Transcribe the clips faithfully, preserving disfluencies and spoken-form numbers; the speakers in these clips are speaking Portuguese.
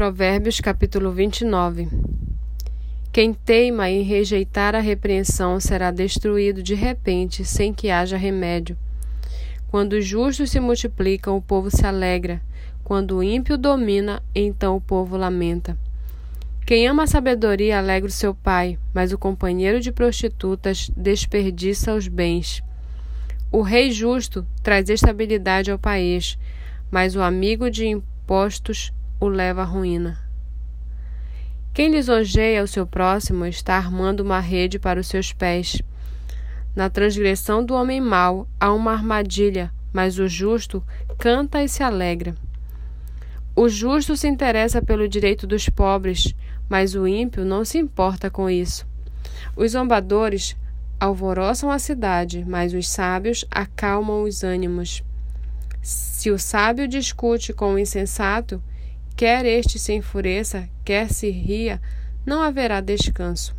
Provérbios capítulo vinte e nove. Quem teima em rejeitar a repreensão será destruído de repente, sem que haja remédio. Quando os justos se multiplicam, o povo se alegra. Quando o ímpio domina, então o povo lamenta. Quem ama a sabedoria alegra o seu pai, mas o companheiro de prostitutas desperdiça os bens. O rei justo traz estabilidade ao país, mas o amigo de impostos o leva à ruína. Quem lisonjeia o seu próximo está armando uma rede para os seus pés. Na transgressão do homem mau há uma armadilha, mas o justo canta e se alegra. O justo se interessa pelo direito dos pobres, mas o ímpio não se importa com isso. Os zombadores alvoroçam a cidade, mas os sábios acalmam os ânimos. Se o sábio discute com o insensato, quer este se enfureça, quer se ria, não haverá descanso.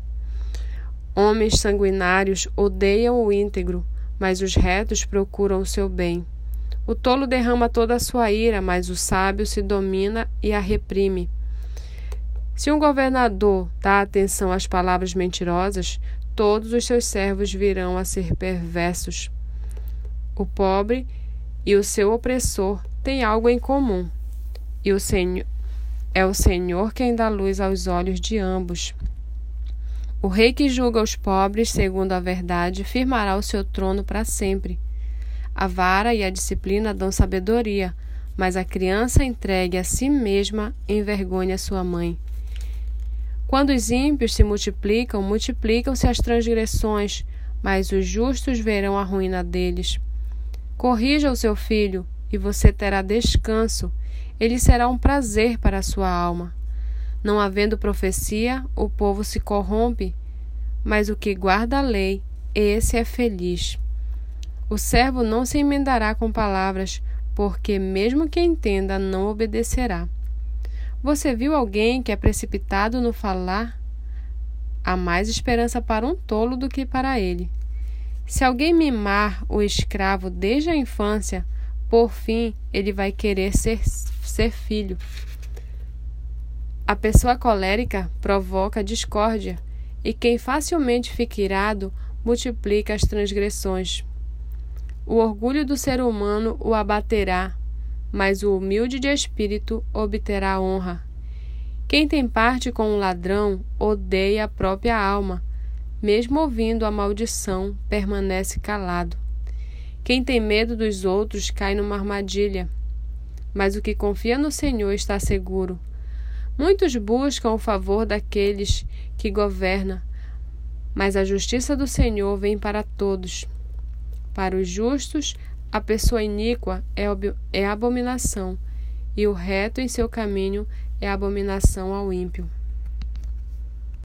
Homens sanguinários odeiam o íntegro, mas os retos procuram o seu bem. O tolo derrama toda a sua ira, mas o sábio se domina e a reprime. Se um governador dá atenção às palavras mentirosas, todos os seus servos virão a ser perversos. O pobre e o seu opressor têm algo em comum. E o Senhor, é o Senhor quem dá luz aos olhos de ambos. O rei que julga os pobres segundo a verdade firmará o seu trono para sempre. A vara e a disciplina dão sabedoria, mas a criança entregue a si mesma envergonha sua mãe. Quando os ímpios se multiplicam, multiplicam-se as transgressões, mas os justos verão a ruína deles. Corrija o seu filho, e você terá descanso. Ele será um prazer para a sua alma. Não havendo profecia, o povo se corrompe, mas o que guarda a lei, esse é feliz. O servo não se emendará com palavras, porque mesmo que entenda, não obedecerá. Você viu alguém que é precipitado no falar? Há mais esperança para um tolo do que para ele. Se alguém mimar o escravo desde a infância, por fim, ele vai querer ser, ser filho. A pessoa colérica provoca discórdia, e quem facilmente fica irado multiplica as transgressões. O orgulho do ser humano o abaterá, mas o humilde de espírito obterá honra. Quem tem parte com um ladrão odeia a própria alma, mesmo ouvindo a maldição, permanece calado. Quem tem medo dos outros cai numa armadilha, mas o que confia no Senhor está seguro. Muitos buscam o favor daqueles que governam, mas a justiça do Senhor vem para todos. Para os justos, a pessoa iníqua é, é abominação, e o reto em seu caminho é abominação ao ímpio.